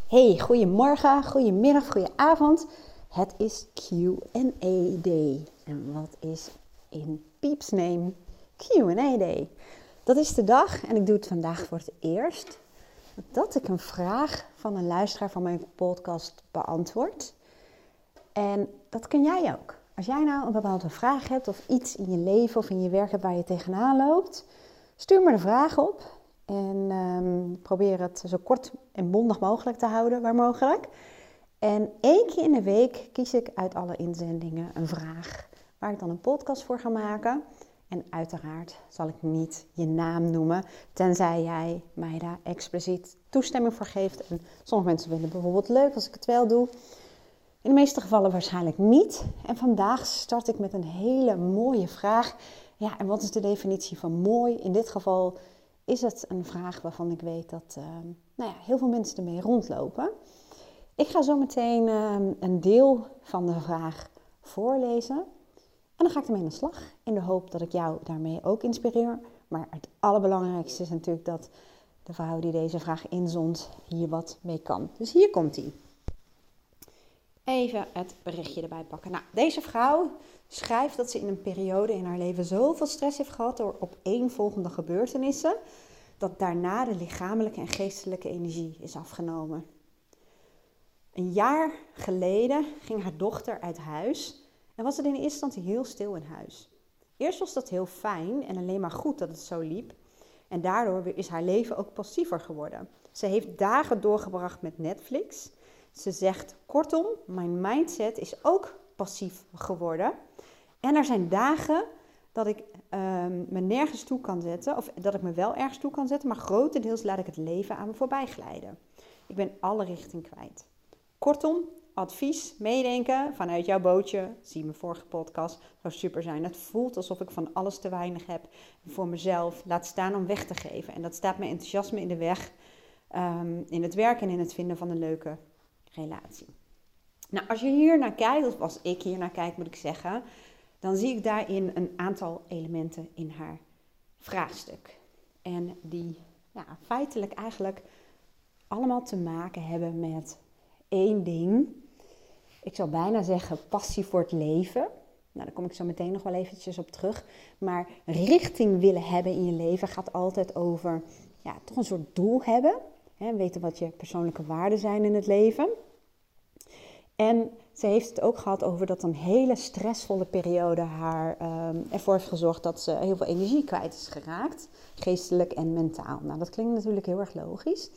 Hey, goedemorgen, goedemiddag, goedenavond. Het is Q&A Day. En wat is in Pieps name Q&A Day? Dat is de dag, en ik doe het vandaag voor het eerst, dat ik een vraag van een luisteraar van mijn podcast beantwoord. En dat kun jij ook. Als jij nou een bepaalde vraag hebt of iets in je leven of in je werk hebt waar je tegenaan loopt, stuur me de vraag op. En probeer het zo kort en bondig mogelijk te houden, waar mogelijk. En 1 keer in de week kies ik uit alle inzendingen een vraag waar ik dan een podcast voor ga maken. En uiteraard zal ik niet je naam noemen, tenzij jij mij daar expliciet toestemming voor geeft. En sommige mensen vinden het bijvoorbeeld leuk als ik het wel doe. In de meeste gevallen waarschijnlijk niet. En vandaag start ik met een hele mooie vraag. Ja, en wat is de definitie van mooi? In dit geval is het een vraag waarvan ik weet dat heel veel mensen ermee rondlopen. Ik ga zo meteen een deel van de vraag voorlezen. En dan ga ik ermee aan de slag in de hoop dat ik jou daarmee ook inspireer. Maar het allerbelangrijkste is natuurlijk dat de vrouw die deze vraag inzond hier wat mee kan. Dus hier komt ie. Even het berichtje erbij pakken. Nou, deze vrouw schrijft dat ze in een periode in haar leven zoveel stress heeft gehad door opeenvolgende gebeurtenissen, dat daarna de lichamelijke en geestelijke energie is afgenomen. Een jaar geleden ging haar dochter uit huis en was het in eerste instantie heel stil in huis. Eerst was dat heel fijn en alleen maar goed dat het zo liep. En daardoor is haar leven ook passiever geworden. Ze heeft dagen doorgebracht met Netflix. Ze zegt, kortom, mijn mindset is ook passief geworden. En er zijn dagen dat ik me nergens toe kan zetten, of dat ik me wel ergens toe kan zetten, maar grotendeels laat ik het leven aan me voorbij glijden. Ik ben alle richting kwijt. Kortom, advies, meedenken vanuit jouw bootje, zie mijn vorige podcast, zou super zijn. Het voelt alsof ik van alles te weinig heb voor mezelf, laat staan om weg te geven. En dat staat mijn enthousiasme in de weg, in het werk en in het vinden van een leuke relatie. Nou, als je hier naar kijkt, of als ik hier naar kijk moet ik zeggen, dan zie ik daarin een aantal elementen in haar vraagstuk. En die feitelijk eigenlijk allemaal te maken hebben met 1 ding. Ik zou bijna zeggen passie voor het leven. Nou, daar kom ik zo meteen nog wel eventjes op terug. Maar richting willen hebben in je leven gaat altijd over toch een soort doel hebben. Weten wat je persoonlijke waarden zijn in het leven. En ze heeft het ook gehad over dat een hele stressvolle periode haar ervoor heeft gezorgd dat ze heel veel energie kwijt is geraakt. Geestelijk en mentaal. Nou, dat klinkt natuurlijk heel erg logisch.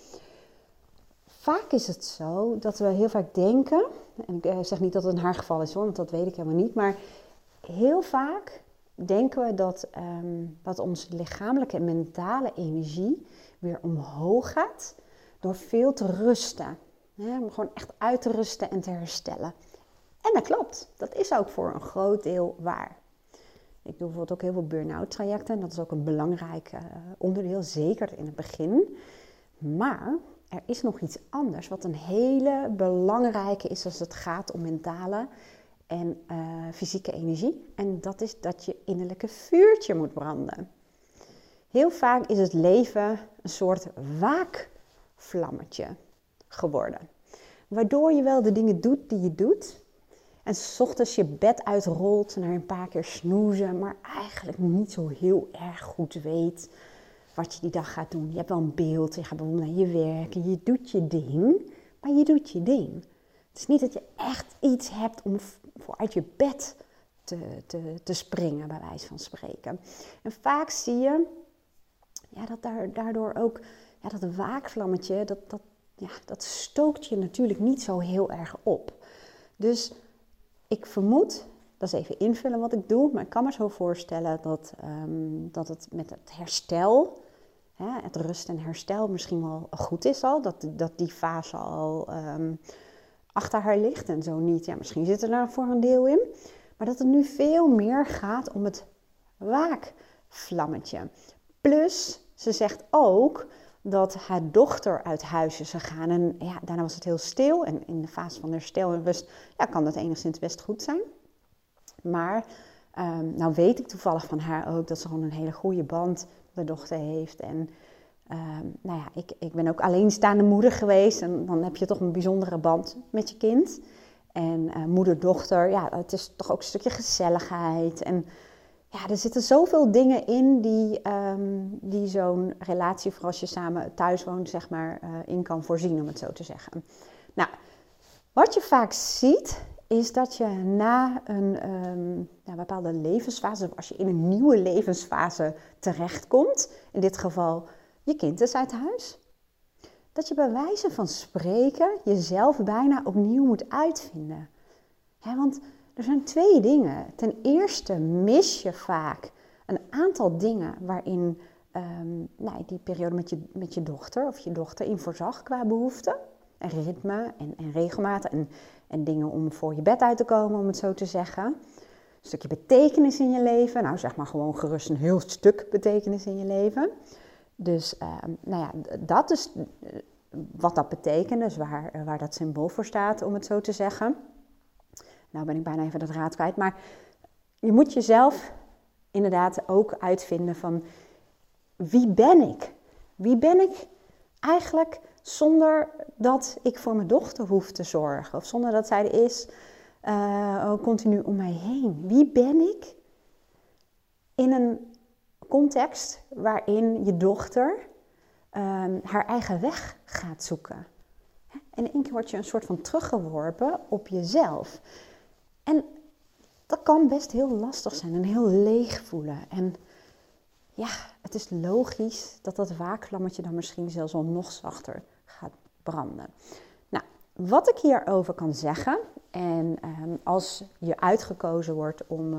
Vaak is het zo dat we heel vaak denken, en ik zeg niet dat het in haar geval is hoor, want dat weet ik helemaal niet. Maar heel vaak denken we dat onze lichamelijke en mentale energie weer omhoog gaat door veel te rusten. Om gewoon echt uit te rusten en te herstellen. En dat klopt. Dat is ook voor een groot deel waar. Ik doe bijvoorbeeld ook heel veel burn-out trajecten. En dat is ook een belangrijk onderdeel, zeker in het begin. Maar er is nog iets anders wat een hele belangrijke is als het gaat om mentale en fysieke energie. En dat is dat je innerlijke vuurtje moet branden. Heel vaak is het leven een soort waakvlammetje geworden. Waardoor je wel de dingen doet die je doet. En 's ochtends je bed uitrolt naar een paar keer snoezen, maar eigenlijk niet zo heel erg goed weet wat je die dag gaat doen. Je hebt wel een beeld, je gaat bijvoorbeeld naar je werk en je doet je ding, maar je doet je ding. Het is niet dat je echt iets hebt om uit je bed te springen, bij wijze van spreken. En vaak zie je dat daardoor ook dat waakvlammetje, dat stookt je natuurlijk niet zo heel erg op. Dus ik vermoed, dat is even invullen wat ik doe, maar ik kan me zo voorstellen dat het met het herstel, het rust en herstel misschien wel goed is al, dat die fase al achter haar ligt en zo niet. Misschien zit er daar voor een deel in, maar dat het nu veel meer gaat om het waakvlammetje. Plus, ze zegt ook dat haar dochter uit huis is gegaan. En daarna was het heel stil. En in de fase van herstel en rust kan dat enigszins best goed zijn. Maar nou weet ik toevallig van haar ook dat ze gewoon een hele goede band met de dochter heeft. En Nou ja, ik ben ook alleenstaande moeder geweest. En dan heb je toch een bijzondere band met je kind. En moeder-dochter, ja, het is toch ook een stukje gezelligheid. En ja, er zitten zoveel dingen in die zo'n relatie, vooral als je samen thuis woont, zeg maar, in kan voorzien, om het zo te zeggen. Nou, wat je vaak ziet, is dat je na een bepaalde levensfase, als je in een nieuwe levensfase terechtkomt, in dit geval je kind is uit huis, dat je bij wijze van spreken jezelf bijna opnieuw moet uitvinden. Ja, want er zijn twee dingen. Ten eerste mis je vaak een aantal dingen waarin die periode met je dochter of je dochter in voorzag qua behoeften. En ritme en regelmaat en dingen om voor je bed uit te komen, om het zo te zeggen. Een stukje betekenis in je leven. Nou, zeg maar gewoon gerust een heel stuk betekenis in je leven. Dus dat is wat dat betekent, dus waar dat symbool voor staat, om het zo te zeggen. Nou ben ik bijna even de draad kwijt, maar je moet jezelf inderdaad ook uitvinden van wie ben ik? Wie ben ik eigenlijk zonder dat ik voor mijn dochter hoef te zorgen of zonder dat zij er is continu om mij heen? Wie ben ik in een context waarin je dochter haar eigen weg gaat zoeken? En in één keer word je een soort van teruggeworpen op jezelf. En dat kan best heel lastig zijn en heel leeg voelen. En ja, het is logisch dat dat waakvlammetje dan misschien zelfs al nog zachter gaat branden. Nou, wat ik hierover kan zeggen, en als je uitgekozen wordt om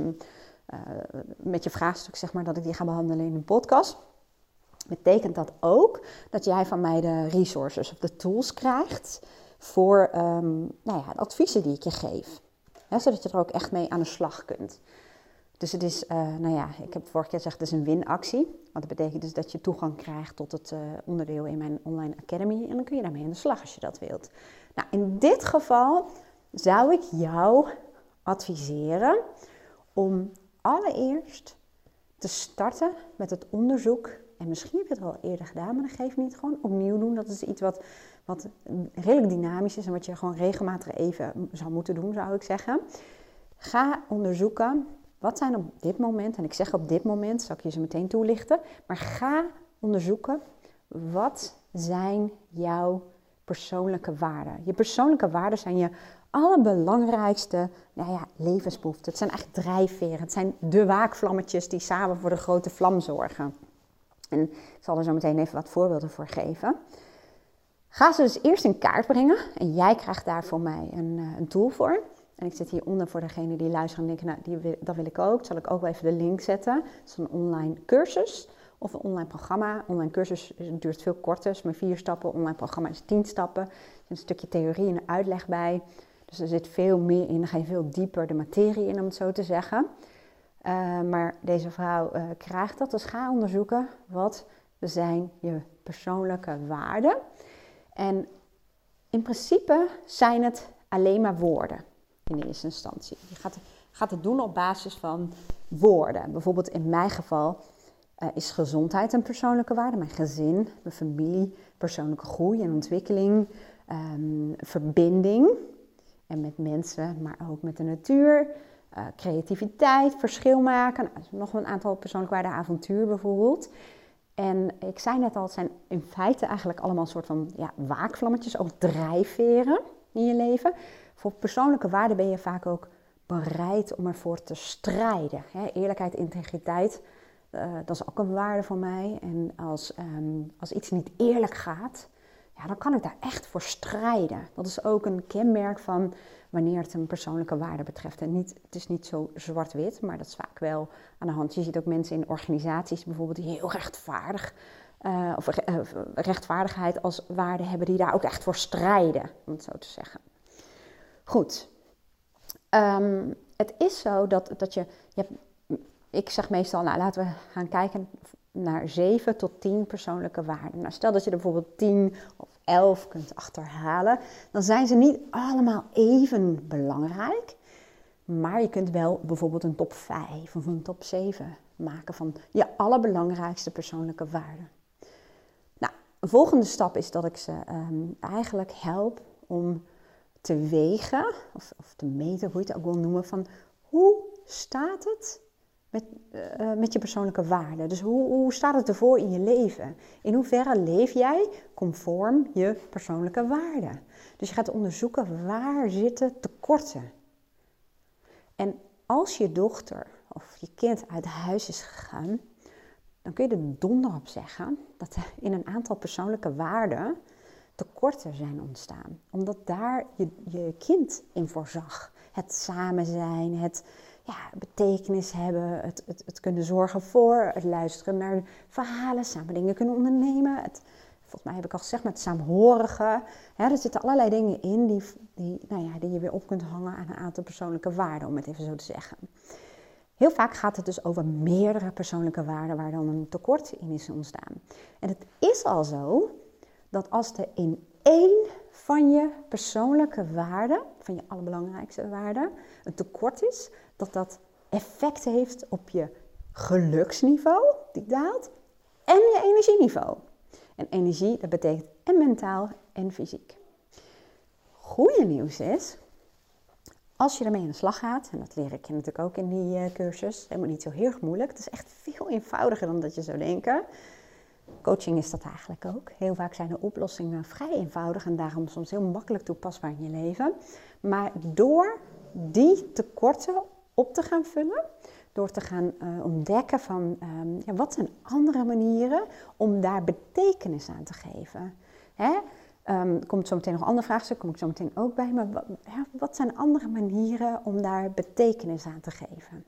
met je vraagstuk, zeg maar, dat ik die ga behandelen in een podcast, betekent dat ook dat jij van mij de resources of de tools krijgt voor de adviezen die ik je geef. Ja, zodat je er ook echt mee aan de slag kunt. Dus het is, ik heb vorige keer gezegd, het is een winactie. Want dat betekent dus dat je toegang krijgt tot het onderdeel in mijn online academy. En dan kun je daarmee aan de slag als je dat wilt. Nou, in dit geval zou ik jou adviseren om allereerst te starten met het onderzoek. En misschien heb je het al eerder gedaan, maar dat geeft niet. Gewoon opnieuw doen. Dat is iets wat redelijk dynamisch is en wat je gewoon regelmatig even zou moeten doen, zou ik zeggen. Ga onderzoeken, wat zijn op dit moment, en ik zeg op dit moment, zal ik je zo meteen toelichten, maar ga onderzoeken, wat zijn jouw persoonlijke waarden? Je persoonlijke waarden zijn je allerbelangrijkste levensbehoeften. Het zijn echt drijfveren, het zijn de waakvlammetjes die samen voor de grote vlam zorgen. En ik zal er zo meteen even wat voorbeelden voor geven. Ga ze dus eerst in kaart brengen. En jij krijgt daar voor mij een tool voor. En ik zit hieronder voor degene die luisteren en denken, dat wil ik ook. Dat zal ik ook wel even de link zetten. Het is een online cursus of een online programma. Online cursus duurt veel korter, is maar 4 stappen. Online programma is 10 stappen. Er zit een stukje theorie en uitleg bij. Dus er zit veel meer in. Dan ga je veel dieper de materie in, om het zo te zeggen. Maar deze vrouw krijgt dat. Dus ga onderzoeken, wat zijn je persoonlijke waarden. En in principe zijn het alleen maar woorden in eerste instantie. Je gaat het doen op basis van woorden. Bijvoorbeeld in mijn geval is gezondheid een persoonlijke waarde. Mijn gezin, mijn familie, persoonlijke groei en ontwikkeling, verbinding. En met mensen, maar ook met de natuur. Creativiteit, verschil maken. Nou, nog een aantal persoonlijke waarden, avontuur bijvoorbeeld. En ik zei net al, het zijn in feite eigenlijk allemaal een soort van waakvlammetjes, ook drijfveren in je leven. Voor persoonlijke waarden ben je vaak ook bereid om ervoor te strijden. Eerlijkheid, integriteit, dat is ook een waarde voor mij. En als iets niet eerlijk gaat, dan kan ik daar echt voor strijden. Dat is ook een kenmerk van wanneer het een persoonlijke waarde betreft. En het is niet zo zwart-wit, maar dat is vaak wel aan de hand. Je ziet ook mensen in organisaties bijvoorbeeld die heel rechtvaardigheid als waarde hebben, die daar ook echt voor strijden, om het zo te zeggen. Goed. Het is zo dat je hebt, ik zeg meestal, laten we gaan kijken naar 7 tot 10 persoonlijke waarden. Nou, stel dat je er bijvoorbeeld 10 of 11 kunt achterhalen, dan zijn ze niet allemaal even belangrijk. Maar je kunt wel bijvoorbeeld een top 5 of een top 7 maken van je allerbelangrijkste persoonlijke waarden. een volgende stap is dat ik ze eigenlijk help om te wegen, of te meten, hoe je het ook wil noemen, van hoe staat het met je persoonlijke waarden? Dus hoe staat het ervoor in je leven? In hoeverre leef jij conform je persoonlijke waarden? Dus je gaat onderzoeken, waar zitten tekorten? En als je dochter of je kind uit huis is gegaan, dan kun je er donder op zeggen dat er in een aantal persoonlijke waarden tekorten zijn ontstaan. Omdat daar je kind in voorzag. Het samen zijn, het betekenis hebben, het kunnen zorgen voor, het luisteren naar verhalen, samen dingen kunnen ondernemen. Volgens mij heb ik al gezegd, met het saamhorige. Er zitten allerlei dingen in die je weer op kunt hangen aan een aantal persoonlijke waarden, om het even zo te zeggen. Heel vaak gaat het dus over meerdere persoonlijke waarden waar dan een tekort in is ontstaan. En het is al zo dat als er in één van je persoonlijke waarden, van je allerbelangrijkste waarden, een tekort is, dat effect heeft op je geluksniveau, die daalt, en je energieniveau. En energie, dat betekent en mentaal en fysiek. Goeie nieuws is, als je ermee aan de slag gaat, en dat leer ik je natuurlijk ook in die cursus, helemaal niet zo heel erg moeilijk. Het is echt veel eenvoudiger dan dat je zou denken. Coaching is dat eigenlijk ook. Heel vaak zijn de oplossingen vrij eenvoudig en daarom soms heel makkelijk toepasbaar in je leven. Maar door die tekorten op te gaan vullen, door te gaan ontdekken van wat zijn andere manieren om daar betekenis aan te geven. Komt zo meteen nog een ander vraagstuk, kom ik zo meteen ook bij. Maar wat zijn andere manieren om daar betekenis aan te geven?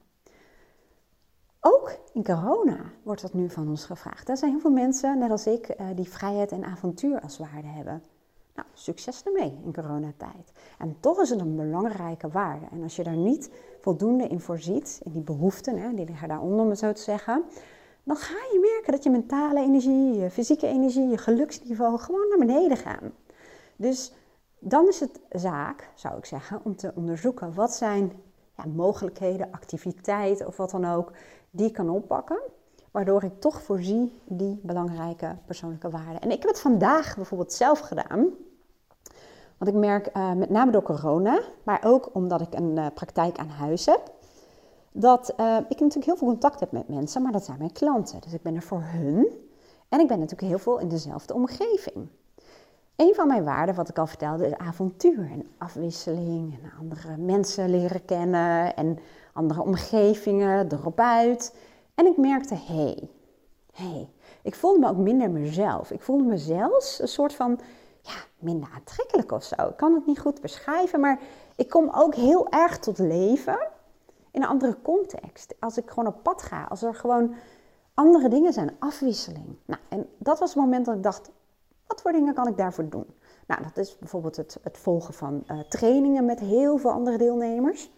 Ook in corona wordt dat nu van ons gevraagd. Er zijn heel veel mensen, net als ik, die vrijheid en avontuur als waarde hebben. Nou, succes ermee in coronatijd. En toch is het een belangrijke waarde. En als je daar niet voldoende in voorziet, in die behoeften, die liggen daaronder om het zo te zeggen, dan ga je merken dat je mentale energie, je fysieke energie, je geluksniveau gewoon naar beneden gaan. Dus dan is het zaak, zou ik zeggen, om te onderzoeken wat zijn mogelijkheden, activiteiten of wat dan ook, die ik kan oppakken, waardoor ik toch voorzie die belangrijke persoonlijke waarden. En ik heb het vandaag bijvoorbeeld zelf gedaan, want ik merk met name door corona, maar ook omdat ik een praktijk aan huis heb, dat ik natuurlijk heel veel contact heb met mensen, maar dat zijn mijn klanten. Dus ik ben er voor hun en ik ben natuurlijk heel veel in dezelfde omgeving. Een van mijn waarden, wat ik al vertelde, is avontuur en afwisseling en andere mensen leren kennen en andere omgevingen erop uit. En ik merkte, ik voelde me ook minder mezelf. Ik voelde me zelfs een soort van, minder aantrekkelijk of zo. Ik kan het niet goed beschrijven, maar ik kom ook heel erg tot leven in een andere context. Als ik gewoon op pad ga, als er gewoon andere dingen zijn, afwisseling. Nou, en dat was het moment dat ik dacht, wat voor dingen kan ik daarvoor doen? Nou, dat is bijvoorbeeld het volgen van trainingen met heel veel andere deelnemers.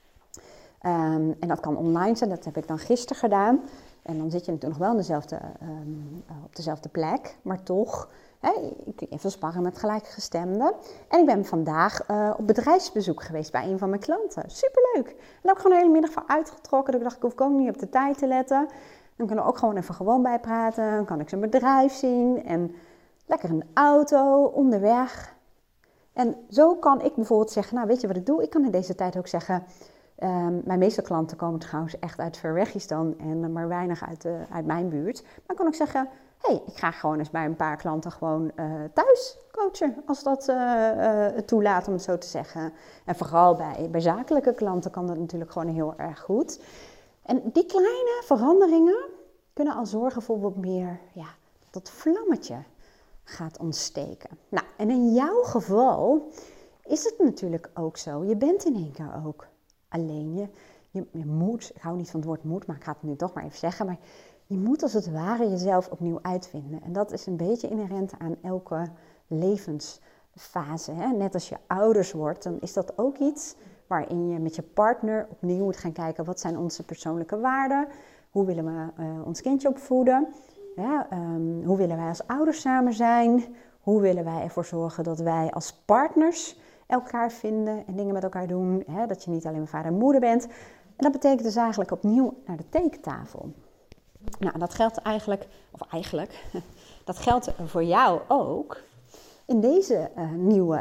En dat kan online zijn, dat heb ik dan gisteren gedaan. En dan zit je natuurlijk nog wel op dezelfde plek, maar toch, je kunt even sparren met gelijkgestemden. En ik ben vandaag op bedrijfsbezoek geweest bij een van mijn klanten. Superleuk! En daar heb ik gewoon de hele middag voor uitgetrokken. Dus ik dacht, ik hoef ook niet op de tijd te letten. Dan kunnen we ook gewoon even gewoon bijpraten. Dan kan ik zijn bedrijf zien en lekker in de auto, onderweg. En zo kan ik bijvoorbeeld zeggen, nou weet je wat ik doe? Ik kan in deze tijd ook zeggen, mijn meeste klanten komen trouwens echt uit Verwegistan en maar weinig uit mijn buurt. Maar kan ik zeggen, ik ga gewoon eens bij een paar klanten gewoon thuis coachen, als dat het toelaat om het zo te zeggen. En vooral bij zakelijke klanten kan dat natuurlijk gewoon heel erg goed. En die kleine veranderingen kunnen al zorgen voor wat meer, dat vlammetje gaat ontsteken. Nou, en in jouw geval is het natuurlijk ook zo. Je bent in één keer ook alleen. Je moet, ik hou niet van het woord moet, maar ik ga het nu toch maar even zeggen. Maar je moet als het ware jezelf opnieuw uitvinden. En dat is een beetje inherent aan elke levensfase. Net als je ouders wordt, dan is dat ook iets waarin je met je partner opnieuw moet gaan kijken. Wat zijn onze persoonlijke waarden? Hoe willen we ons kindje opvoeden? Hoe willen wij als ouders samen zijn? Hoe willen wij ervoor zorgen dat wij als partners elkaar vinden en dingen met elkaar doen? Dat je niet alleen maar vader en moeder bent. En dat betekent dus eigenlijk opnieuw naar de tekentafel. Nou, dat geldt eigenlijk, dat geldt voor jou ook in deze nieuwe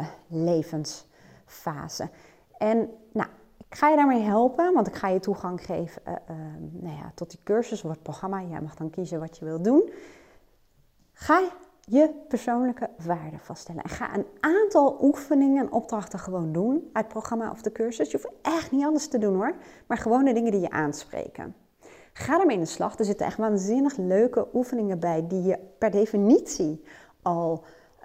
levensfase. En nou, ik ga je daarmee helpen, want ik ga je toegang geven tot die cursus of het programma. Jij mag dan kiezen wat je wil doen. Ga je persoonlijke waarden vaststellen. En ga een aantal oefeningen en opdrachten gewoon doen uit het programma of de cursus. Je hoeft echt niet alles te doen hoor, maar gewoon de dingen die je aanspreken. Ga ermee in de slag. Er zitten echt waanzinnig leuke oefeningen bij die je per definitie al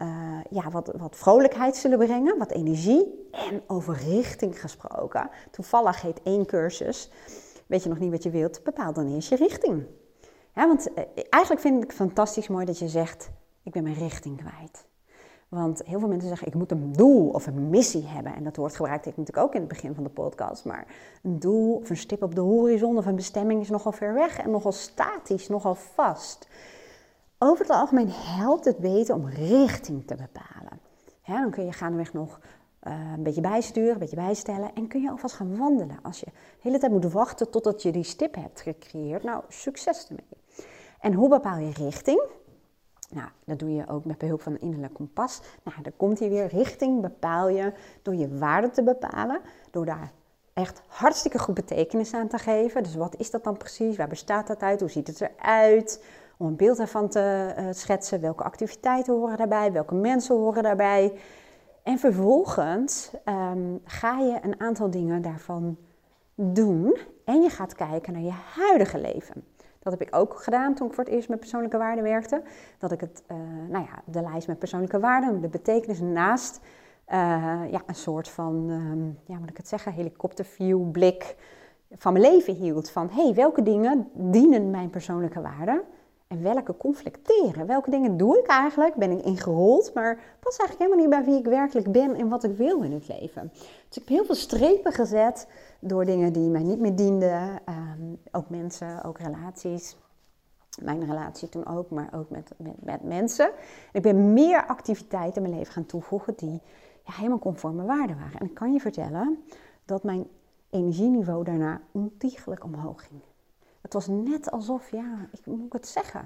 wat vrolijkheid zullen brengen, wat energie en over richting gesproken. Toevallig heet 1 cursus, weet je nog niet wat je wilt, bepaal dan eerst je richting. Ja, want eigenlijk vind ik het fantastisch mooi dat je zegt, ik ben mijn richting kwijt. Want heel veel mensen zeggen, ik moet een doel of een missie hebben. En dat woord gebruikte ik natuurlijk ook in het begin van de podcast. Maar een doel of een stip op de horizon of een bestemming is nogal ver weg en nogal statisch, nogal vast. Over het algemeen helpt het beter om richting te bepalen. Dan kun je gaandeweg nog een beetje bijsturen, een beetje bijstellen. En kun je alvast gaan wandelen. Als je de hele tijd moet wachten totdat je die stip hebt gecreëerd. Nou, succes ermee. En hoe bepaal je richting? Nou, dat doe je ook met behulp van een innerlijk kompas. Nou, dan komt hij weer. Richting bepaal je door je waarde te bepalen. Door daar echt hartstikke goed betekenis aan te geven. Dus wat is dat dan precies? Waar bestaat dat uit? Hoe ziet het eruit? Om een beeld ervan te schetsen. Welke activiteiten horen daarbij? Welke mensen horen daarbij? En vervolgens ga je een aantal dingen daarvan doen. En je gaat kijken naar je huidige leven. Dat heb ik ook gedaan toen ik voor het eerst met persoonlijke waarden werkte. Dat ik de lijst met persoonlijke waarden, de betekenis naast een soort van, helikopterview blik van mijn leven hield. Van, welke dingen dienen mijn persoonlijke waarden? En welke conflicteren? Welke dingen doe ik eigenlijk? Ben ik ingerold? Maar pas eigenlijk helemaal niet bij wie ik werkelijk ben en wat ik wil in het leven. Dus ik heb heel veel strepen gezet door dingen die mij niet meer dienden. Ook mensen, ook relaties. Mijn relatie toen ook, maar ook met mensen. En ik ben meer activiteiten in mijn leven gaan toevoegen die helemaal conform mijn waarden waren. En ik kan je vertellen dat mijn energieniveau daarna ontiegelijk omhoog ging. Het was net alsof, hoe moet ik het zeggen?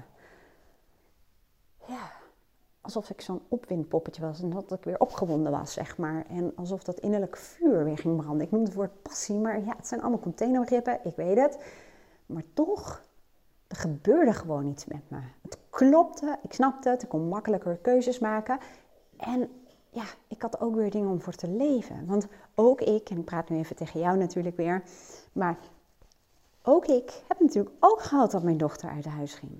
Ja, alsof ik zo'n opwindpoppetje was en dat ik weer opgewonden was, zeg maar. En alsof dat innerlijk vuur weer ging branden. Ik noem het woord passie, maar het zijn allemaal containerbegrippen, ik weet het. Maar toch, er gebeurde gewoon iets met me. Het klopte, ik snapte het, ik kon makkelijker keuzes maken. En ik had ook weer dingen om voor te leven. Want ook ik, en ik praat nu even tegen jou natuurlijk weer, maar ook ik heb natuurlijk ook gehad dat mijn dochter uit huis ging.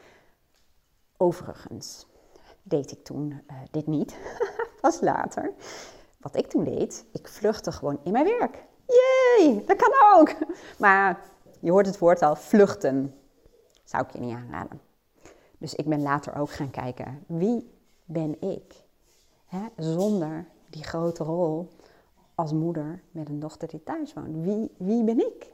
Overigens deed ik toen dit niet, pas later. Wat ik toen deed, ik vluchtte gewoon in mijn werk. Jee, dat kan ook! Maar je hoort het woord al, vluchten. Zou ik je niet aanraden. Dus ik ben later ook gaan kijken, wie ben ik? Zonder die grote rol als moeder met een dochter die thuis woont. Wie ben ik?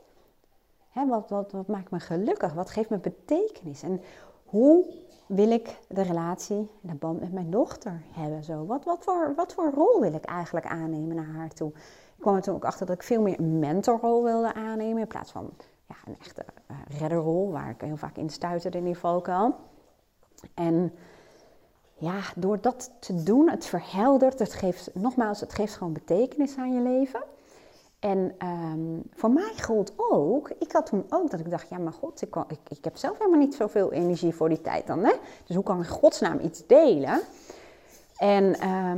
Wat maakt me gelukkig? Wat geeft me betekenis? En hoe wil ik de relatie, de band met mijn dochter hebben? Zo? Wat voor rol wil ik eigenlijk aannemen naar haar toe? Ik kwam er toen ook achter dat ik veel meer een mentorrol wilde aannemen in plaats van een echte redderrol, waar ik heel vaak in stuiterde in ieder geval ook al. En door dat te doen, het verheldert, het geeft gewoon betekenis aan je leven. En voor mij gold ook, ik had toen ook dat ik dacht, maar god, ik heb zelf helemaal niet zoveel energie voor die tijd dan, hè? Dus hoe kan ik in godsnaam iets delen? En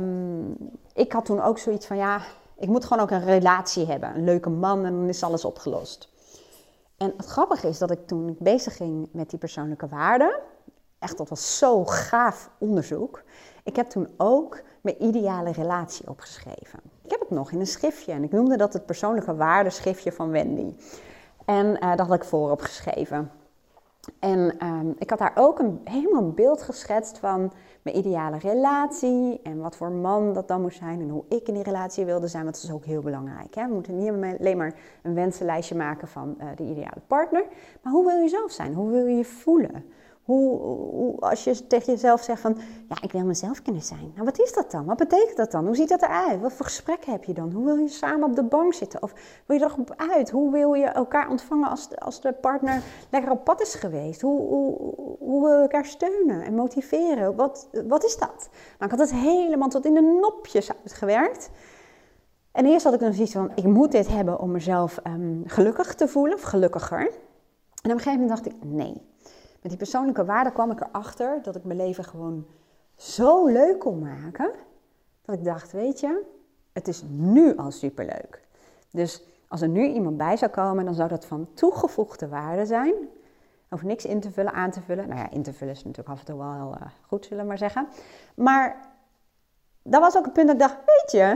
ik had toen ook zoiets van, ik moet gewoon ook een relatie hebben, een leuke man en dan is alles opgelost. En het grappige is dat ik toen ik bezig ging met die persoonlijke waarden, echt, dat was zo gaaf onderzoek. Ik heb toen ook mijn ideale relatie opgeschreven. Ik heb het nog in een schriftje en ik noemde dat het persoonlijke waardeschriftje van Wendy. En dat had ik voorop geschreven. En ik had daar ook helemaal een beeld geschetst van mijn ideale relatie en wat voor man dat dan moest zijn en hoe ik in die relatie wilde zijn, want dat is ook heel belangrijk. Hè? We moeten niet alleen maar een wensenlijstje maken van de ideale partner, maar hoe wil je zelf zijn? Hoe wil je je voelen? Als je tegen jezelf zegt van, ja, ik wil mezelf kunnen zijn. Nou, wat is dat dan? Wat betekent dat dan? Hoe ziet dat eruit? Wat voor gesprekken heb je dan? Hoe wil je samen op de bank zitten? Of wil je erop uit? Hoe wil je elkaar ontvangen als de partner lekker op pad is geweest? Hoe wil je elkaar steunen en motiveren? Wat is dat? Nou, ik had het helemaal tot in de nopjes uitgewerkt. En eerst had ik dan zoiets van, ik moet dit hebben om mezelf gelukkig te voelen, of gelukkiger. En op een gegeven moment dacht ik, nee. Met die persoonlijke waarde kwam ik erachter dat ik mijn leven gewoon zo leuk kon maken. Dat ik dacht, weet je, het is nu al superleuk. Dus als er nu iemand bij zou komen, dan zou dat van toegevoegde waarde zijn. Hoef niks in te vullen, aan te vullen. Nou ja, in te vullen is natuurlijk af en toe wel heel goed, zullen we maar zeggen. Maar dat was ook het punt dat ik dacht, weet je,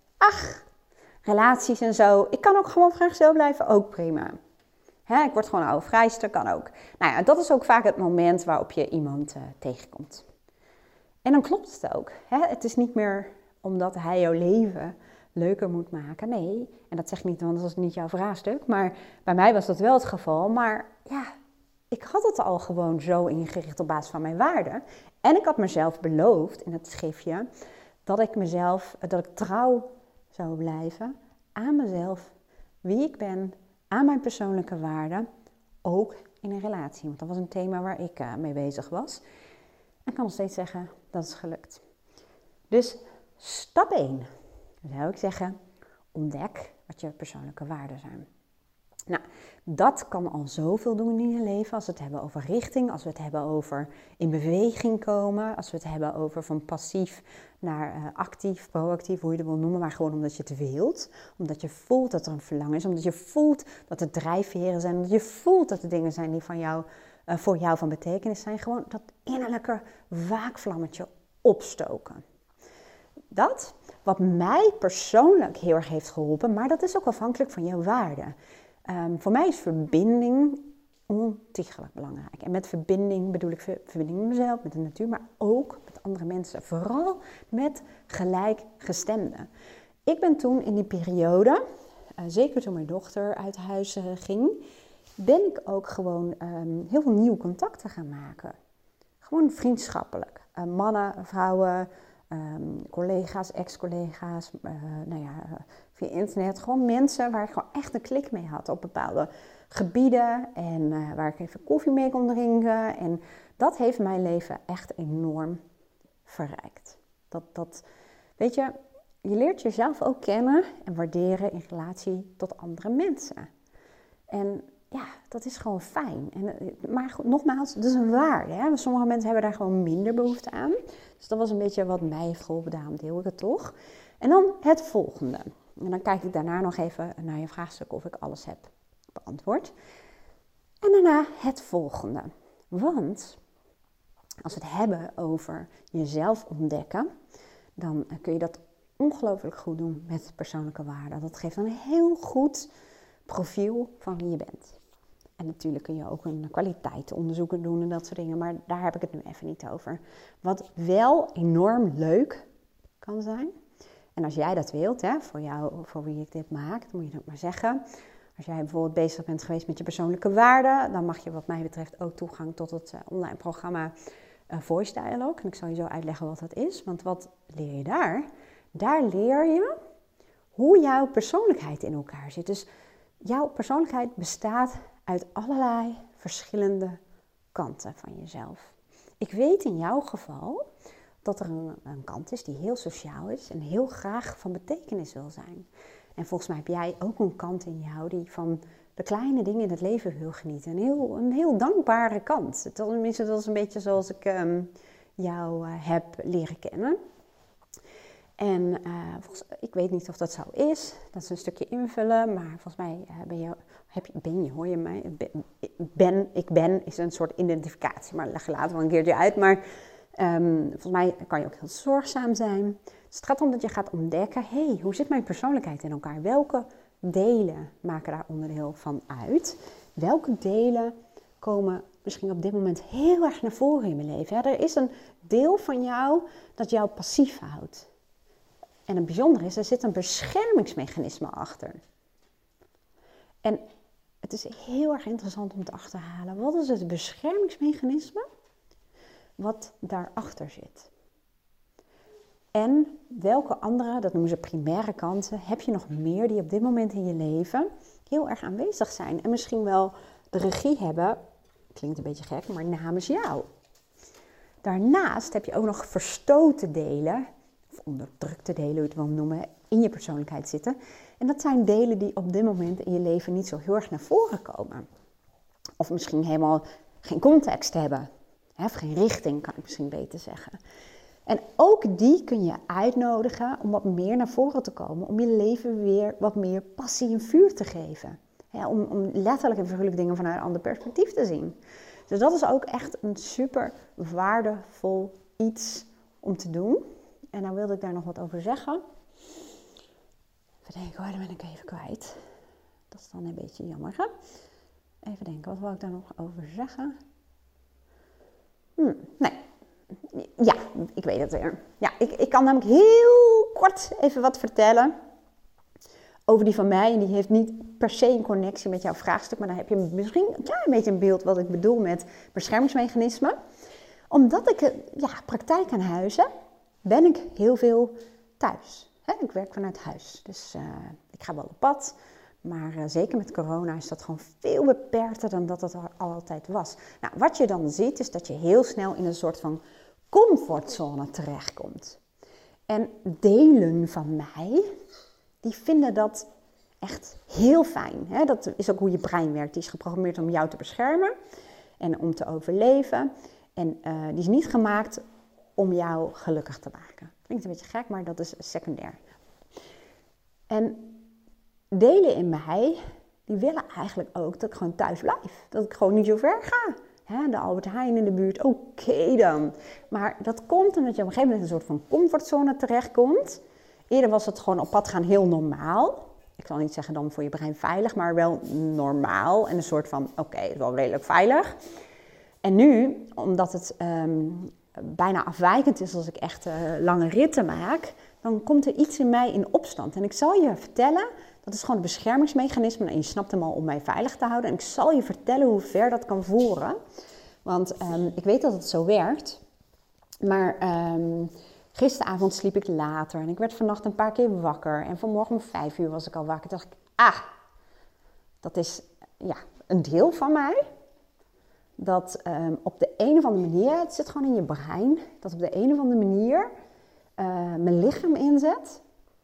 relaties en zo. Ik kan ook gewoon graag zo blijven, ook prima. Ik word gewoon oude vrijster, kan ook. Nou ja, dat is ook vaak het moment waarop je iemand tegenkomt. En dan klopt het ook. Het is niet meer omdat hij jouw leven leuker moet maken. Nee, en dat zeg ik niet, want dat is niet jouw vraagstuk. Maar bij mij was dat wel het geval. Maar ja, ik had het al gewoon zo ingericht op basis van mijn waarden. En ik had mezelf beloofd in het schriftje dat ik trouw zou blijven aan mezelf, wie ik ben, aan mijn persoonlijke waarden, ook in een relatie. Want dat was een thema waar ik mee bezig was. En ik kan nog steeds zeggen, dat is gelukt. Dus stap 1, zou ik zeggen, ontdek wat je persoonlijke waarden zijn. Nou, dat kan al zoveel doen in je leven als we het hebben over richting, als we het hebben over in beweging komen, als we het hebben over van passief naar actief, proactief, hoe je het wil noemen, maar gewoon omdat je het wilt, omdat je voelt dat er een verlangen is, omdat je voelt dat er drijfveren zijn, omdat je voelt dat er dingen zijn die voor jou van betekenis zijn, gewoon dat innerlijke waakvlammetje opstoken. Dat, wat mij persoonlijk heel erg heeft geholpen, maar dat is ook afhankelijk van jouw waarden. Voor mij is verbinding ontiegelijk belangrijk. En met verbinding bedoel ik verbinding met mezelf, met de natuur, maar ook met andere mensen. Vooral met gelijkgestemden. Ik ben toen in die periode, zeker toen mijn dochter uit huis ging, ben ik ook gewoon heel veel nieuwe contacten gaan maken. Gewoon vriendschappelijk. Mannen, vrouwen, collega's, ex-collega's, via internet. Gewoon mensen waar ik gewoon echt een klik mee had op bepaalde gebieden. En waar ik even koffie mee kon drinken. En dat heeft mijn leven echt enorm verrijkt. Weet je, je leert jezelf ook kennen en waarderen in relatie tot andere mensen. En ja, dat is gewoon fijn. Maar nogmaals, dat is een waarde. Hè? Sommige mensen hebben daar gewoon minder behoefte aan. Dus dat was een beetje wat mij heeft geholpen, daarom deel ik het toch. En dan het volgende. En dan kijk ik daarna nog even naar je vraagstuk of ik alles heb beantwoord. En daarna het volgende. Want als we het hebben over jezelf ontdekken, dan kun je dat ongelooflijk goed doen met persoonlijke waarden. Dat geeft dan een heel goed profiel van wie je bent. En natuurlijk kun je ook een kwaliteitenonderzoek doen en dat soort dingen, maar daar heb ik het nu even niet over. Wat wel enorm leuk kan zijn, en als jij dat wilt, voor jou, voor wie ik dit maak, dan moet je dat maar zeggen. Als jij bijvoorbeeld bezig bent geweest met je persoonlijke waarden, dan mag je wat mij betreft ook toegang tot het online programma Voice Dialogue. En ik zal je zo uitleggen wat dat is, want wat leer je daar? Daar leer je hoe jouw persoonlijkheid in elkaar zit. Dus jouw persoonlijkheid bestaat uit allerlei verschillende kanten van jezelf. Ik weet in jouw geval dat er een kant is die heel sociaal is en heel graag van betekenis wil zijn. En volgens mij heb jij ook een kant in jou die van de kleine dingen in het leven wil genieten. Een heel dankbare kant. Tenminste, dat is een beetje zoals ik jou heb leren kennen. En ik weet niet of dat zo is. Dat is een stukje invullen. Maar volgens mij ik ben is een soort identificatie. Maar leg je later wel een keertje uit. Maar volgens mij kan je ook heel zorgzaam zijn. Dus het gaat om dat je gaat ontdekken. Hoe zit mijn persoonlijkheid in elkaar? Welke delen maken daar onderdeel van uit? Welke delen komen misschien op dit moment heel erg naar voren in mijn leven? Ja, er is een deel van jou dat jou passief houdt. En het bijzondere is, er zit een beschermingsmechanisme achter. En Het is heel erg interessant om te achterhalen. Wat is het beschermingsmechanisme wat daarachter zit? En welke andere, dat noemen ze primaire kanten, heb je nog meer die op dit moment in je leven heel erg aanwezig zijn? En misschien wel de regie hebben, klinkt een beetje gek, maar namens jou. Daarnaast heb je ook nog verstoten delen, of onderdrukte delen, hoe je het wil noemen, in je persoonlijkheid zitten. En dat zijn delen die op dit moment in je leven niet zo heel erg naar voren komen. Of misschien helemaal geen context hebben. Of geen richting, kan ik misschien beter zeggen. En ook die kun je uitnodigen om wat meer naar voren te komen. Om je leven weer wat meer passie en vuur te geven. Om letterlijk en figuurlijk dingen vanuit een ander perspectief te zien. Dus dat is ook echt een super waardevol iets om te doen. En dan wilde ik daar nog wat over zeggen. Even denken, dan ben ik even kwijt. Dat is dan een beetje jammer, hè? Even denken, wat wil ik daar nog over zeggen? Nee. Ja, ik weet het weer. Ja, ik kan namelijk heel kort even wat vertellen over die van mij. En die heeft niet per se een connectie met jouw vraagstuk. Maar dan heb je misschien een klein beetje een beeld wat ik bedoel met beschermingsmechanismen. Omdat ik praktijk aan huizen, ben ik heel veel thuis. Ik werk vanuit huis. Dus ik ga wel op pad. Maar zeker met corona is dat gewoon veel beperkter dan dat het al altijd was. Nou, wat je dan ziet is dat je heel snel in een soort van comfortzone terechtkomt. En delen van mij, die vinden dat echt heel fijn. Hè? Dat is ook hoe je brein werkt. Die is geprogrammeerd om jou te beschermen en om te overleven. En die is niet gemaakt om jou gelukkig te maken. Klinkt een beetje gek, maar dat is secundair. En delen in mij, die willen eigenlijk ook dat ik gewoon thuis blijf. Dat ik gewoon niet zo ver ga. De Albert Heijn in de buurt, oké dan. Maar dat komt omdat je op een gegeven moment in een soort van comfortzone terechtkomt. Eerder was het gewoon op pad gaan heel normaal. Ik zal niet zeggen dan voor je brein veilig, maar wel normaal. En een soort van, oké, het is wel redelijk veilig. En nu, omdat het bijna afwijkend is als ik echt lange ritten maak, dan komt er iets in mij in opstand. En ik zal je vertellen, dat is gewoon een beschermingsmechanisme. En je snapt hem al om mij veilig te houden. En ik zal je vertellen hoe ver dat kan voeren. Want ik weet dat het zo werkt. Maar gisteravond sliep ik later. En ik werd vannacht een paar keer wakker. En vanmorgen om 5 uur was ik al wakker. Dacht ik, dat is een deel van mij. Dat op de een of andere manier, het zit gewoon in je brein. Dat op de een of andere manier mijn lichaam inzet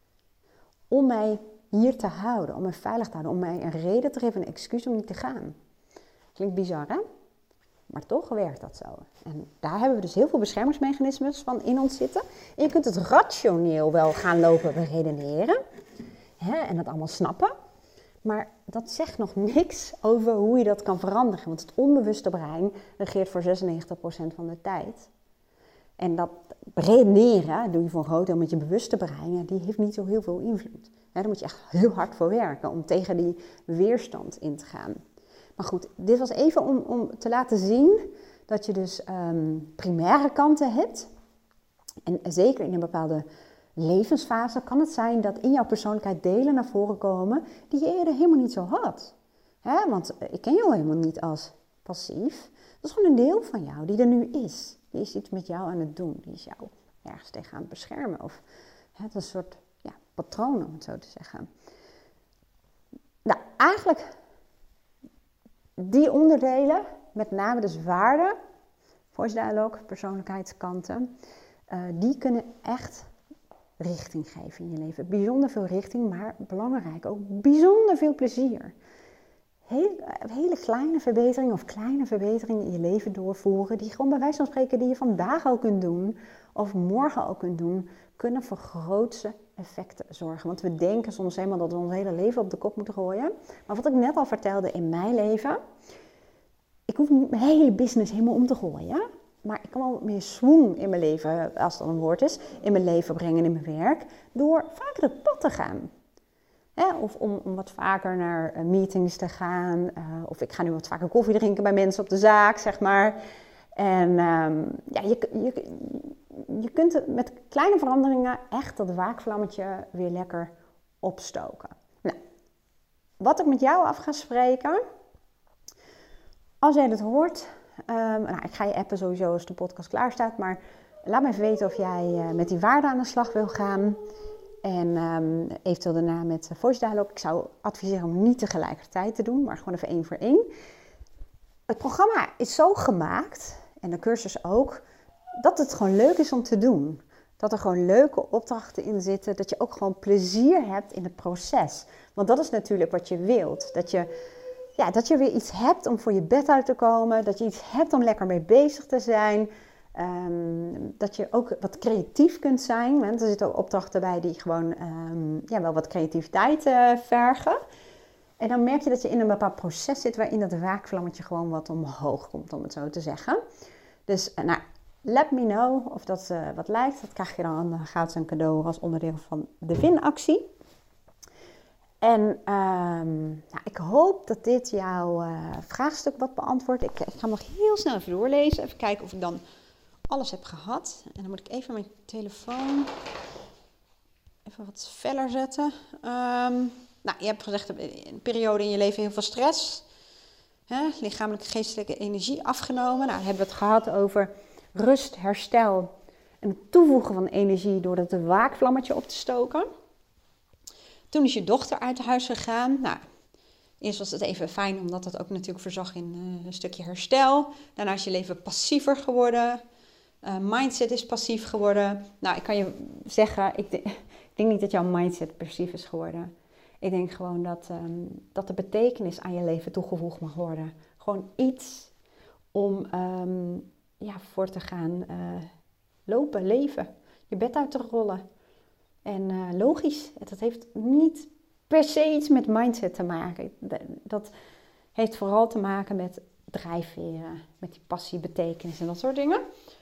om mij hier te houden, om mij veilig te houden, om mij een reden te geven, een excuus om niet te gaan. Klinkt bizar, hè? Maar toch werkt dat zo. En daar hebben we dus heel veel beschermingsmechanismes van in ons zitten. En je kunt het rationeel wel gaan lopen beredeneren. En dat allemaal snappen. Maar dat zegt nog niks over hoe je dat kan veranderen. Want het onbewuste brein regeert voor 96% van de tijd. En dat redeneren doe je voor een groot deel met je bewuste brein. Die heeft niet zo heel veel invloed. Daar moet je echt heel hard voor werken om tegen die weerstand in te gaan. Maar goed, dit was even om te laten zien dat je dus primaire kanten hebt. En zeker in een bepaalde levensfase kan het zijn dat in jouw persoonlijkheid delen naar voren komen die je eerder helemaal niet zo had. Want ik ken jou helemaal niet als passief. Dat is gewoon een deel van jou die er nu is. Die is iets met jou aan het doen. Die is jou ergens tegen aan het beschermen. Of het is een soort patroon, om het zo te zeggen. Nou, eigenlijk die onderdelen, met name dus waarden, voice dialogue, persoonlijkheidskanten, die kunnen echt richting geven in je leven. Bijzonder veel richting, maar belangrijk ook bijzonder veel plezier. Hele kleine verbeteringen of kleine verbeteringen in je leven doorvoeren, die gewoon bij wijze van spreken die je vandaag al kunt doen of morgen al kunt doen, kunnen voor grootse effecten zorgen. Want we denken soms helemaal dat we ons hele leven op de kop moeten gooien. Maar wat ik net al vertelde in mijn leven, ik hoef niet mijn hele business helemaal om te gooien. Maar ik kan wel meer swoon in mijn leven, als dat een woord is, in mijn leven brengen, in mijn werk, door vaker het pad te gaan. Of om wat vaker naar meetings te gaan. Of ik ga nu wat vaker koffie drinken bij mensen op de zaak, zeg maar. En je kunt met kleine veranderingen echt dat waakvlammetje weer lekker opstoken. Nou, wat ik met jou af ga spreken, als jij dit hoort, ik ga je appen sowieso als de podcast klaar staat. Maar laat me even weten of jij met die waarden aan de slag wil gaan. En eventueel daarna met voice dialogue. Ik zou adviseren om niet tegelijkertijd te doen, maar gewoon even 1 voor 1. Het programma is zo gemaakt, en de cursus ook, dat het gewoon leuk is om te doen. Dat er gewoon leuke opdrachten in zitten. Dat je ook gewoon plezier hebt in het proces. Want dat is natuurlijk wat je wilt. Dat je weer iets hebt om voor je bed uit te komen. Dat je iets hebt om lekker mee bezig te zijn. Dat je ook wat creatief kunt zijn. Want er zitten ook opdrachten bij die gewoon wel wat creativiteit vergen. En dan merk je dat je in een bepaald proces zit waarin dat waakvlammetje gewoon wat omhoog komt, om het zo te zeggen. Dus let me know of dat wat lijkt. Dat krijg je dan gratis een cadeau als onderdeel van de winactie. En ik hoop dat dit jouw vraagstuk wat beantwoordt. Ik ga hem nog heel snel even doorlezen. Even kijken of ik dan alles heb gehad. En dan moet ik even mijn telefoon even wat feller zetten. Je hebt gezegd, een periode in je leven heel veel stress. Lichamelijke, geestelijke energie afgenomen. Nou, hebben we het gehad over rust, herstel en het toevoegen van energie door het waakvlammetje op te stoken. Toen is je dochter uit huis gegaan. Nou, eerst was het even fijn, omdat dat ook natuurlijk voorzag in een stukje herstel. Daarna is je leven passiever geworden. Mindset is passief geworden. Nou, ik kan je zeggen, ik denk niet dat jouw mindset passief is geworden. Ik denk gewoon dat de betekenis aan je leven toegevoegd mag worden. Gewoon iets om voor te gaan lopen, leven. Je bed uit te rollen. En logisch, dat heeft niet per se iets met mindset te maken. Dat heeft vooral te maken met drijfveren, met die passie, betekenis en dat soort dingen.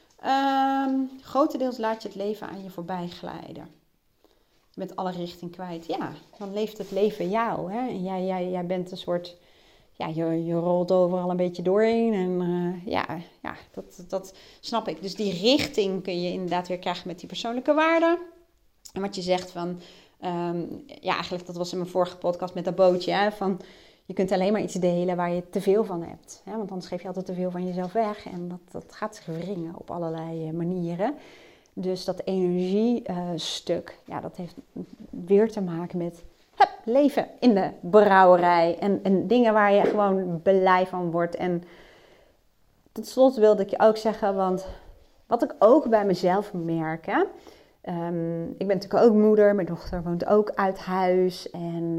Grotendeels laat je het leven aan je voorbij glijden. Met alle richting kwijt. Ja, dan leeft het leven jou. Hè? En jij bent een soort... Ja, je rolt overal een beetje doorheen. En dat snap ik. Dus die richting kun je inderdaad weer krijgen met die persoonlijke waarden. En wat je zegt van... eigenlijk dat was in mijn vorige podcast met dat bootje. Hè, van, je kunt alleen maar iets delen waar je te veel van hebt. Hè? Want anders geef je altijd te veel van jezelf weg. En dat gaat zich wringen op allerlei manieren. Dus dat energiestuk, dat heeft weer te maken met leven in de brouwerij. En dingen waar je gewoon blij van wordt. En tot slot wilde ik je ook zeggen, want wat ik ook bij mezelf merk. Hè, ik ben natuurlijk ook moeder, mijn dochter woont ook uit huis. En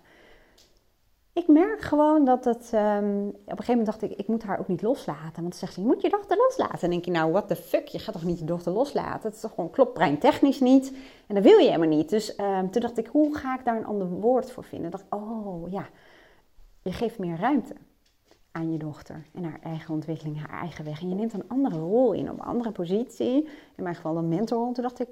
ik merk gewoon dat het... op een gegeven moment dacht ik moet haar ook niet loslaten. Want ze zegt, je moet je dochter loslaten. En dan denk je, nou, what the fuck, je gaat toch niet je dochter loslaten? Het is toch gewoon, klopt breintechnisch niet. En dat wil je helemaal niet. Dus toen dacht ik, hoe ga ik daar een ander woord voor vinden? Ik dacht, je geeft meer ruimte aan je dochter. En haar eigen ontwikkeling, haar eigen weg. En je neemt een andere rol in, op een andere positie. In mijn geval een mentorrol. Toen dacht ik,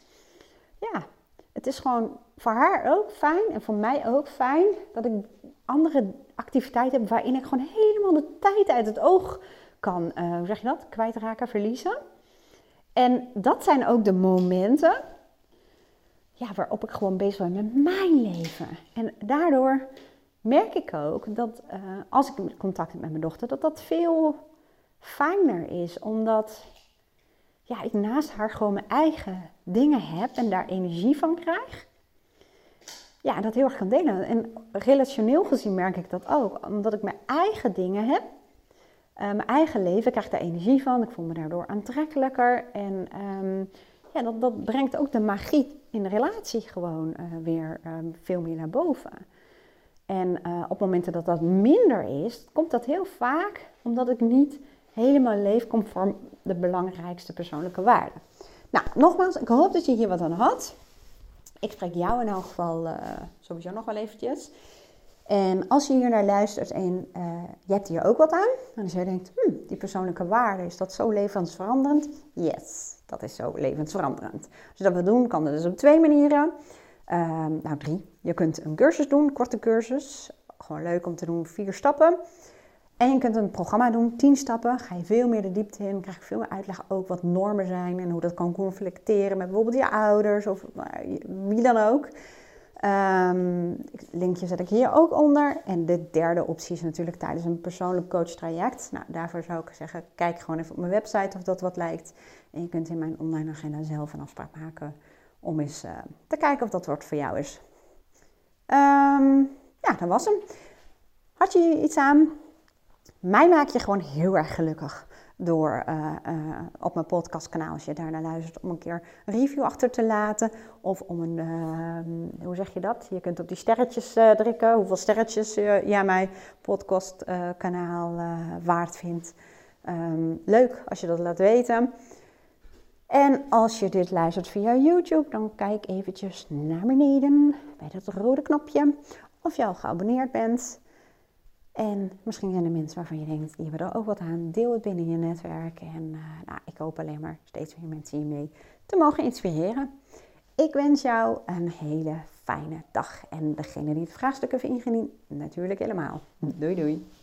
het is gewoon voor haar ook fijn en voor mij ook fijn dat ik andere activiteiten heb waarin ik gewoon helemaal de tijd uit het oog kan, kwijtraken, verliezen. En dat zijn ook de momenten waarop ik gewoon bezig ben met mijn leven. En daardoor merk ik ook dat als ik contact heb met mijn dochter, dat veel fijner is. Omdat ik naast haar gewoon mijn eigen dingen heb en daar energie van krijg. Ja, dat heel erg kan delen. En relationeel gezien merk ik dat ook. Omdat ik mijn eigen dingen heb. Mijn eigen leven, krijg ik daar energie van. Ik voel me daardoor aantrekkelijker. En dat brengt ook de magie in de relatie gewoon weer veel meer naar boven. En op momenten dat dat minder is, komt dat heel vaak omdat ik niet helemaal leef conform de belangrijkste persoonlijke waarden. Nou, nogmaals, ik hoop dat je hier wat aan had. Ik spreek jou in elk geval sowieso nog wel eventjes. En als je hier naar luistert en je hebt hier ook wat aan. En als je denkt, die persoonlijke waarde, is dat zo levensveranderend? Yes, dat is zo levensveranderend. Als je dat wil doen, kan dat dus op 2 manieren. 3. Je kunt een cursus doen, een korte cursus. Gewoon leuk om te doen, 4 stappen. En je kunt een programma doen, 10 stappen. Ga je veel meer de diepte in. Krijg je veel meer uitleg ook wat normen zijn. En hoe dat kan conflicteren met bijvoorbeeld je ouders of wie dan ook. Linkje zet ik hier ook onder. En de derde optie is natuurlijk tijdens een persoonlijk coachtraject. Nou, daarvoor zou ik zeggen, kijk gewoon even op mijn website of dat wat lijkt. En je kunt in mijn online agenda zelf een afspraak maken om eens te kijken of dat wat voor jou is. Ja, dat was hem. Had je hier iets aan? Mij maak je gewoon heel erg gelukkig door op mijn podcastkanaal, als je daarnaar luistert, om een keer een review achter te laten. Of om een, hoe zeg je dat? Je kunt op die sterretjes drukken, hoeveel sterretjes jij mijn podcastkanaal waard vindt. Leuk als je dat laat weten. En als je dit luistert via YouTube, dan kijk eventjes naar beneden bij dat rode knopje of je al geabonneerd bent. En misschien zijn er mensen waarvan je denkt, die hebben er ook wat aan. Deel het binnen je netwerk. En ik hoop alleen maar steeds meer mensen hiermee te mogen inspireren. Ik wens jou een hele fijne dag. En degene die het vraagstuk heeft ingediend, natuurlijk helemaal. Doei doei.